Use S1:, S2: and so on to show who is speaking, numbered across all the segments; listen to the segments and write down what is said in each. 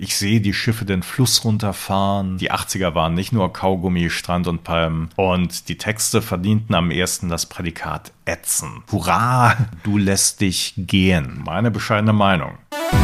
S1: Ich sehe die Schiffe den Fluss runterfahren. Die 80er waren nicht nur Kaugummi, Strand und Palmen. Und die Texte verdienten am ehesten das Prädikat ätzen. Hurra, du lässt dich gehen. Meine bescheidene Meinung.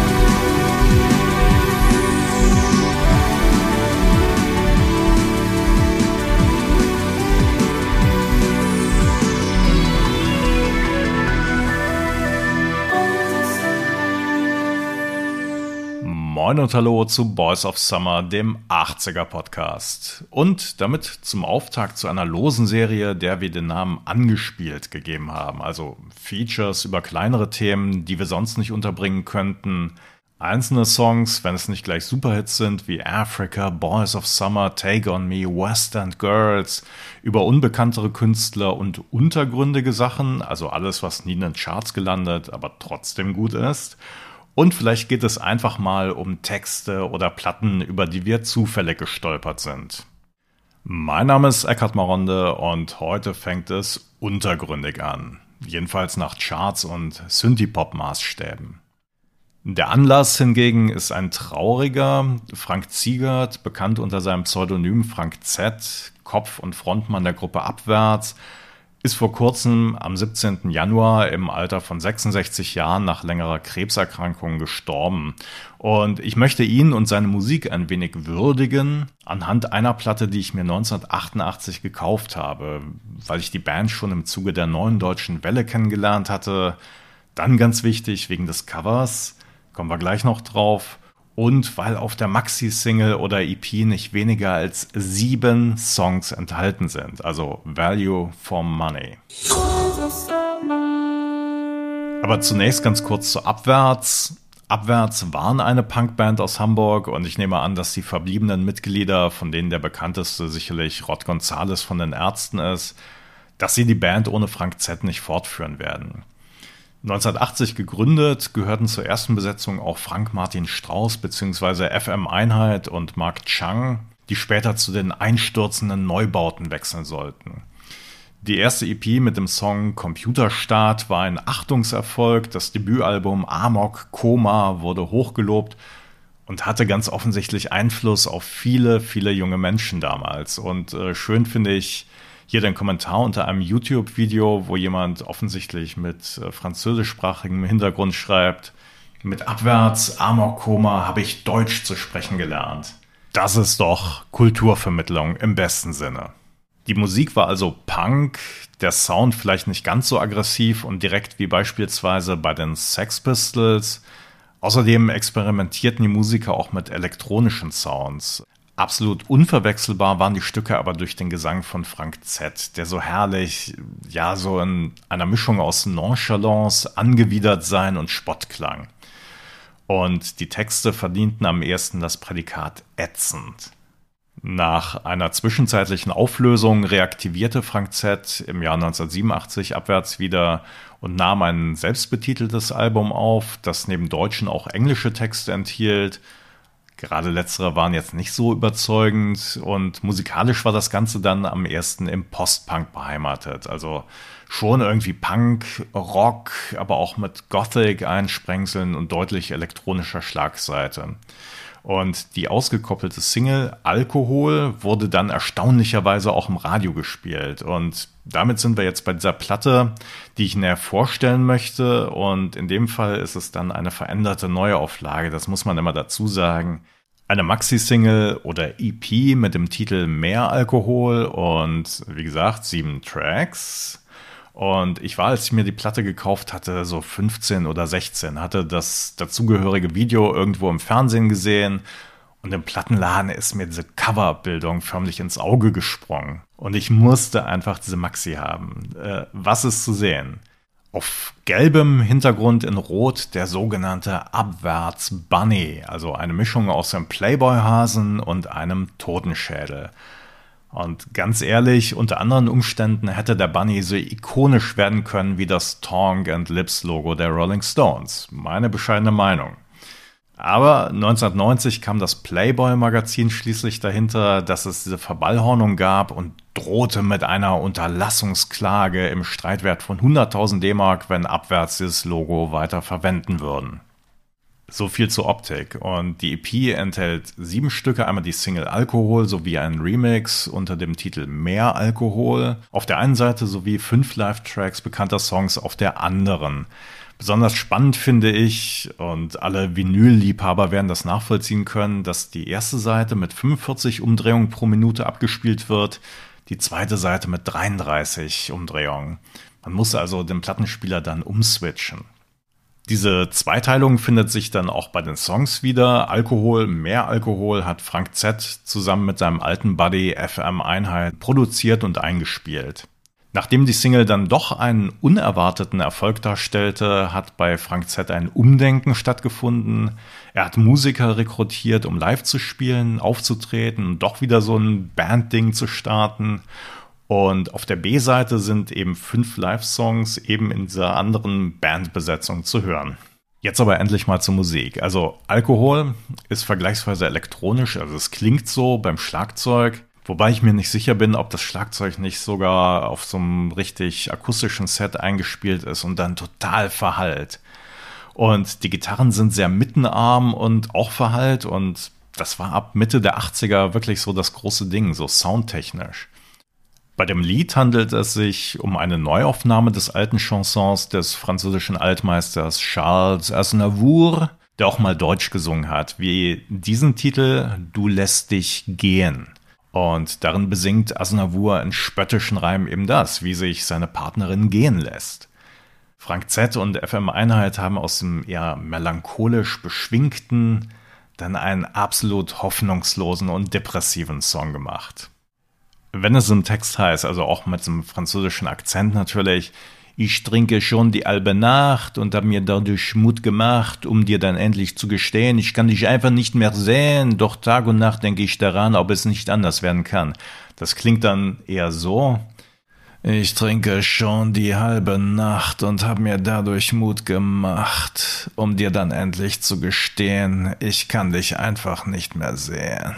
S1: Moin und hallo zu Boys of Summer, dem 80er Podcast. Und damit zum Auftakt zu einer losen Serie, der wir den Namen Angespielt gegeben haben. Also Features über kleinere Themen, die wir sonst nicht unterbringen könnten. Einzelne Songs, wenn es nicht gleich Superhits sind, wie Africa, Boys of Summer, Take on Me, West End Girls, über unbekanntere Künstler und untergründige Sachen, also alles, was nie in den Charts gelandet, aber trotzdem gut ist. Und vielleicht geht es einfach mal um Texte oder Platten, über die wir zufällig gestolpert sind. Mein Name ist Eckhard Maronde und heute fängt es untergründig an. Jedenfalls nach Charts und Synthie-Pop-Maßstäben. Der Anlass hingegen ist ein trauriger. Frank Ziegert, bekannt unter seinem Pseudonym Frank Z., Kopf und Frontmann der Gruppe Abwärts, ist vor kurzem am 17. Januar im Alter von 66 Jahren nach längerer Krebserkrankung gestorben. Und ich möchte ihn und seine Musik ein wenig würdigen anhand einer Platte, die ich mir 1988 gekauft habe, weil ich die Band schon im Zuge der Neuen Deutschen Welle kennengelernt hatte. Dann ganz wichtig wegen des Covers, kommen wir gleich noch drauf. Und weil auf der Maxi-Single oder EP nicht weniger als 7 Songs enthalten sind. Also Value for Money. Aber zunächst ganz kurz zu Abwärts. Abwärts waren eine Punkband aus Hamburg und ich nehme an, dass die verbliebenen Mitglieder, von denen der bekannteste sicherlich Rod González von den Ärzten ist, dass sie die Band ohne Frank Z nicht fortführen werden. 1980 gegründet, gehörten zur ersten Besetzung auch Frank Martin Strauß bzw. FM Einheit und Mark Chang, die später zu den einstürzenden Neubauten wechseln sollten. Die erste EP mit dem Song Computerstart war ein Achtungserfolg, das Debütalbum Amok Koma wurde hochgelobt und hatte ganz offensichtlich Einfluss auf viele, viele junge Menschen damals. Und schön finde ich hier den Kommentar unter einem YouTube-Video, wo jemand offensichtlich mit französischsprachigem Hintergrund schreibt: Mit Abwärts, Amok Koma habe ich Deutsch zu sprechen gelernt. Das ist doch Kulturvermittlung im besten Sinne. Die Musik war also Punk, der Sound vielleicht nicht ganz so aggressiv und direkt wie beispielsweise bei den Sex Pistols. Außerdem experimentierten die Musiker auch mit elektronischen Sounds. Absolut unverwechselbar waren die Stücke aber durch den Gesang von Frank Z., der so herrlich, ja, so in einer Mischung aus Nonchalance, Angewidert-Sein und Spott klang. Und die Texte verdienten am ehesten das Prädikat ätzend. Nach einer zwischenzeitlichen Auflösung reaktivierte Frank Z. im Jahr 1987 Abwärts wieder und nahm ein selbstbetiteltes Album auf, das neben deutschen auch englische Texte enthielt. Gerade letztere waren jetzt nicht so überzeugend und musikalisch war das Ganze dann am ehesten im Post-Punk beheimatet. Also schon irgendwie Punk, Rock, aber auch mit Gothic-Einsprengseln und deutlich elektronischer Schlagseite. Und die ausgekoppelte Single Alkohol wurde dann erstaunlicherweise auch im Radio gespielt. Und damit sind wir jetzt bei dieser Platte, die ich näher vorstellen möchte. Und in dem Fall ist es dann eine veränderte Neuauflage, das muss man immer dazu sagen. Eine Maxi-Single oder EP mit dem Titel Mehr Alkohol und wie gesagt 7 Tracks. Und ich war, als ich mir die Platte gekauft hatte, so 15 oder 16, hatte das dazugehörige Video irgendwo im Fernsehen gesehen und im Plattenladen ist mir diese Coverbildung förmlich ins Auge gesprungen. Und ich musste einfach diese Maxi haben. Was ist zu sehen? Auf gelbem Hintergrund in Rot der sogenannte Abwärts Bunny, also eine Mischung aus einem Playboy-Hasen und einem Totenschädel. Und ganz ehrlich, unter anderen Umständen hätte der Bunny so ikonisch werden können wie das Tongue and Lips Logo der Rolling Stones. Meine bescheidene Meinung. Aber 1990 kam das Playboy-Magazin schließlich dahinter, dass es diese Verballhornung gab und drohte mit einer Unterlassungsklage im Streitwert von 100.000 D-Mark, wenn Abwärts dieses Logo weiter verwenden würden. So viel zur Optik. Und die EP enthält 7 Stücke, einmal die Single Alkohol sowie einen Remix unter dem Titel Mehr Alkohol auf der einen Seite sowie 5 Live-Tracks bekannter Songs auf der anderen. Besonders spannend finde ich, und alle Vinyl-Liebhaber werden das nachvollziehen können, dass die erste Seite mit 45 Umdrehungen pro Minute abgespielt wird, die zweite Seite mit 33 Umdrehungen. Man muss also den Plattenspieler dann umswitchen. Diese Zweiteilung findet sich dann auch bei den Songs wieder. Alkohol, Mehr Alkohol hat Frank Z. zusammen mit seinem alten Buddy FM Einheit produziert und eingespielt. Nachdem die Single dann doch einen unerwarteten Erfolg darstellte, hat bei Frank Z. ein Umdenken stattgefunden. Er hat Musiker rekrutiert, um live zu spielen, aufzutreten und doch wieder so ein Bandding zu starten. Und auf der B-Seite sind eben 5 Live-Songs eben in dieser anderen Bandbesetzung zu hören. Jetzt aber endlich mal zur Musik. Also Alkohol ist vergleichsweise elektronisch, also es klingt so beim Schlagzeug, wobei ich mir nicht sicher bin, ob das Schlagzeug nicht sogar auf so einem richtig akustischen Set eingespielt ist und dann total verhallt. Und die Gitarren sind sehr mittenarm und auch verhallt und das war ab Mitte der 80er wirklich so das große Ding, so soundtechnisch. Bei dem Lied handelt es sich um eine Neuaufnahme des alten Chansons des französischen Altmeisters Charles Aznavour, der auch mal Deutsch gesungen hat, wie diesen Titel Du lässt dich gehen. Und darin besingt Aznavour in spöttischen Reimen eben das, wie sich seine Partnerin gehen lässt. Frank Z. und FM Einheit haben aus dem eher melancholisch beschwingten dann einen absolut hoffnungslosen und depressiven Song gemacht. Wenn es im Text heißt, also auch mit einem französischen Akzent natürlich, ich trinke schon die halbe Nacht und habe mir dadurch Mut gemacht, um dir dann endlich zu gestehen, ich kann dich einfach nicht mehr sehen, doch Tag und Nacht denke ich daran, ob es nicht anders werden kann. Das klingt dann eher so: Ich trinke schon die halbe Nacht und habe mir dadurch Mut gemacht, um dir dann endlich zu gestehen, ich kann dich einfach nicht mehr sehen.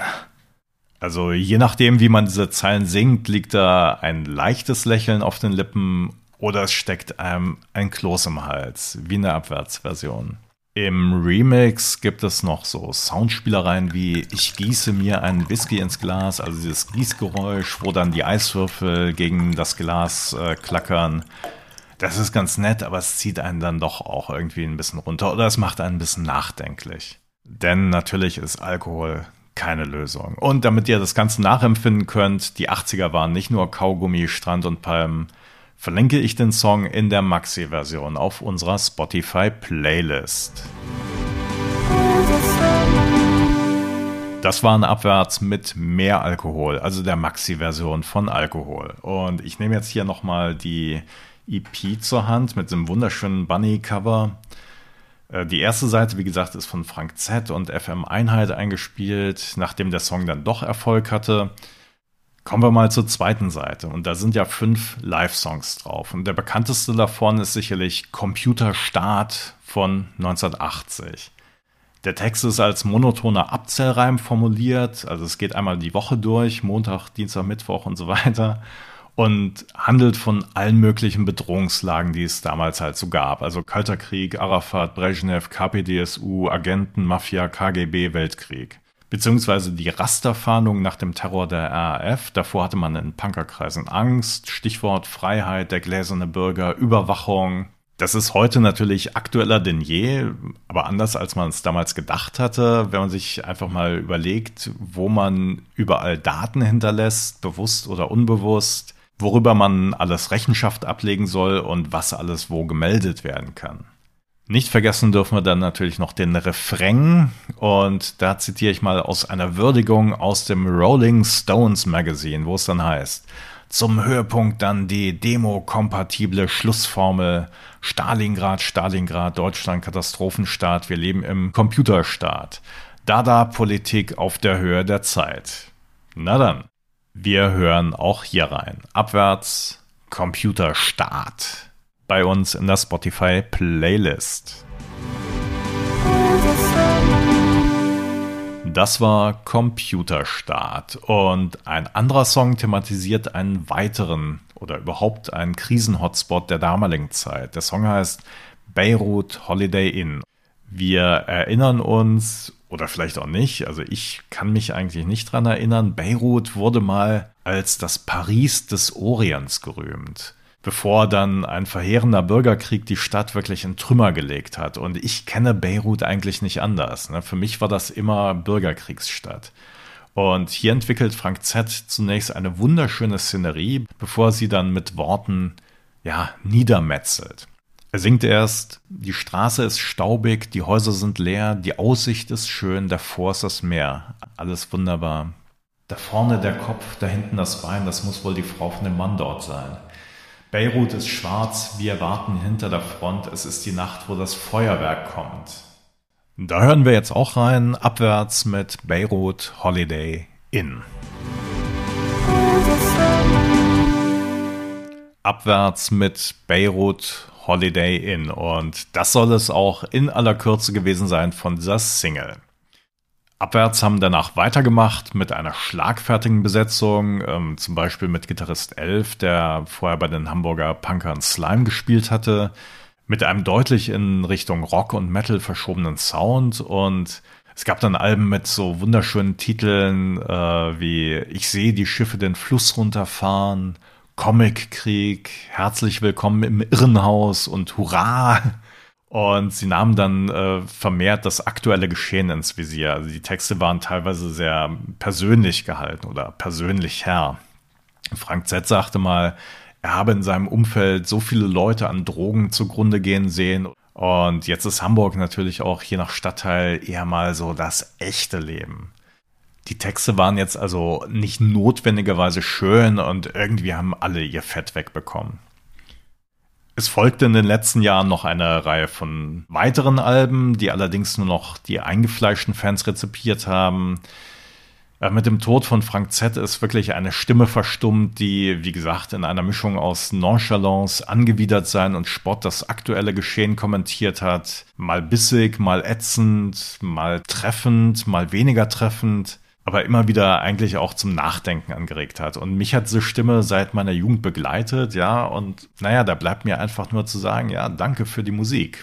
S1: Also je nachdem, wie man diese Zeilen singt, liegt da ein leichtes Lächeln auf den Lippen oder es steckt einem ein Kloß im Hals, wie eine Abwärtsversion. Im Remix gibt es noch so Soundspielereien wie Ich gieße mir einen Whisky ins Glas, also dieses Gießgeräusch, wo dann die Eiswürfel gegen das Glas klackern. Das ist ganz nett, aber es zieht einen dann doch auch irgendwie ein bisschen runter oder es macht einen ein bisschen nachdenklich. Denn natürlich ist Alkohol keine Lösung. Und damit ihr das Ganze nachempfinden könnt, die 80er waren nicht nur Kaugummi, Strand und Palmen, verlinke ich den Song in der Maxi-Version auf unserer Spotify-Playlist. Das war ein Abwärts mit Mehr Alkohol, also der Maxi-Version von Alkohol. Und ich nehme jetzt hier nochmal die EP zur Hand mit dem wunderschönen Bunny-Cover. Die erste Seite, wie gesagt, ist von Frank Z. und FM Einheit eingespielt, nachdem der Song dann doch Erfolg hatte. Kommen wir mal zur zweiten Seite. Und da sind ja 5 Live-Songs drauf. Und der bekannteste davon ist sicherlich Computerstart von 1980. Der Text ist als monotoner Abzählreim formuliert. Also es geht einmal die Woche durch, Montag, Dienstag, Mittwoch und so weiter. Und handelt von allen möglichen Bedrohungslagen, die es damals halt so gab. Also Kalter Krieg, Arafat, Brezhnev, KPDSU, Agenten, Mafia, KGB, Weltkrieg. Beziehungsweise die Rasterfahndung nach dem Terror der RAF. Davor hatte man in Punkerkreisen Angst. Stichwort Freiheit, der gläserne Bürger, Überwachung. Das ist heute natürlich aktueller denn je, aber anders als man es damals gedacht hatte, wenn man sich einfach mal überlegt, wo man überall Daten hinterlässt, bewusst oder unbewusst, worüber man alles Rechenschaft ablegen soll und was alles wo gemeldet werden kann. Nicht vergessen dürfen wir dann natürlich noch den Refrain und da zitiere ich mal aus einer Würdigung aus dem Rolling Stones Magazine, wo es dann heißt: Zum Höhepunkt dann die demokompatible Schlussformel Stalingrad, Stalingrad, Deutschland, Katastrophenstaat, wir leben im Computerstaat. Dada-Politik auf der Höhe der Zeit. Na dann. Wir hören auch hier rein. Abwärts, Computerstart. Bei uns in der Spotify-Playlist. Das war Computerstart. Und ein anderer Song thematisiert einen weiteren oder überhaupt einen Krisenhotspot der damaligen Zeit. Der Song heißt Beirut Holiday Inn. Wir erinnern uns, oder vielleicht auch nicht, also ich kann mich eigentlich nicht dran erinnern, Beirut wurde mal als das Paris des Orients gerühmt, bevor dann ein verheerender Bürgerkrieg die Stadt wirklich in Trümmer gelegt hat. Und ich kenne Beirut eigentlich nicht anders. Für mich war das immer Bürgerkriegsstadt. Und hier entwickelt Frank Z. zunächst eine wunderschöne Szenerie, bevor sie dann mit Worten, niedermetzelt. Er singt erst: Die Straße ist staubig, die Häuser sind leer, die Aussicht ist schön, davor ist das Meer. Alles wunderbar. Da vorne der Kopf, da hinten das Bein, das muss wohl die Frau von dem Mann dort sein. Beirut ist schwarz, wir warten hinter der Front, es ist die Nacht, wo das Feuerwerk kommt. Da hören wir jetzt auch rein, abwärts mit Beirut Holiday Inn. Abwärts mit Beirut Holiday Inn, und das soll es auch in aller Kürze gewesen sein von dieser Single. Abwärts haben danach weitergemacht mit einer schlagfertigen Besetzung, zum Beispiel mit Gitarrist Elf, der vorher bei den Hamburger Punkern Slime gespielt hatte, mit einem deutlich in Richtung Rock und Metal verschobenen Sound, und es gab dann Alben mit so wunderschönen Titeln wie Ich sehe die Schiffe den Fluss runterfahren, Comic-Krieg, Herzlich willkommen im Irrenhaus und Hurra! Und sie nahmen dann vermehrt das aktuelle Geschehen ins Visier. Also die Texte waren teilweise sehr persönlich gehalten oder persönlicher. Frank Z. sagte mal, er habe in seinem Umfeld so viele Leute an Drogen zugrunde gehen sehen. Und jetzt ist Hamburg natürlich auch je nach Stadtteil eher mal so das echte Leben. Die Texte waren jetzt also nicht notwendigerweise schön und irgendwie haben alle ihr Fett wegbekommen. Es folgte in den letzten Jahren noch eine Reihe von weiteren Alben, die allerdings nur noch die eingefleischten Fans rezipiert haben. Mit dem Tod von Frank Z. ist wirklich eine Stimme verstummt, die, wie gesagt, in einer Mischung aus Nonchalance, Angewidert-Sein und Spott das aktuelle Geschehen kommentiert hat. Mal bissig, mal ätzend, mal treffend, mal weniger treffend, aber immer wieder eigentlich auch zum Nachdenken angeregt hat. Und mich hat diese Stimme seit meiner Jugend begleitet, und da bleibt mir einfach nur zu sagen, danke für die Musik.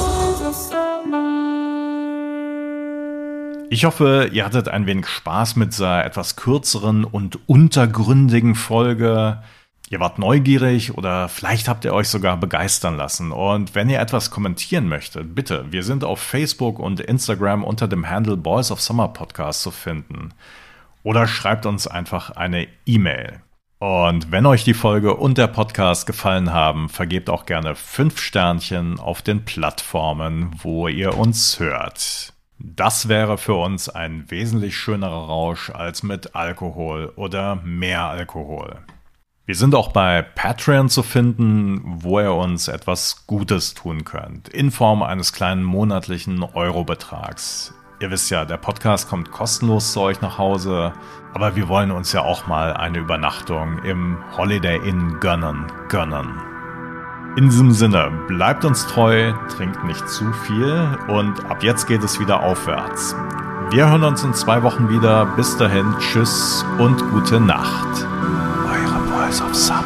S1: Ich hoffe, ihr hattet ein wenig Spaß mit dieser etwas kürzeren und untergründigen Folge. Ihr wart neugierig oder vielleicht habt ihr euch sogar begeistern lassen. Und wenn ihr etwas kommentieren möchtet, bitte, wir sind auf Facebook und Instagram unter dem Handle Boys of Summer Podcast zu finden. Oder schreibt uns einfach eine E-Mail. Und wenn euch die Folge und der Podcast gefallen haben, vergebt auch gerne 5 Sternchen auf den Plattformen, wo ihr uns hört. Das wäre für uns ein wesentlich schönerer Rausch als mit Alkohol oder mehr Alkohol. Wir sind auch bei Patreon zu finden, wo ihr uns etwas Gutes tun könnt, in Form eines kleinen monatlichen Eurobetrags. Ihr wisst ja, der Podcast kommt kostenlos zu euch nach Hause, aber wir wollen uns ja auch mal eine Übernachtung im Holiday Inn gönnen. In diesem Sinne, bleibt uns treu, trinkt nicht zu viel und ab jetzt geht es wieder aufwärts. Wir hören uns in 2 Wochen wieder. Bis dahin, tschüss und gute Nacht. Eure Boys of Summer.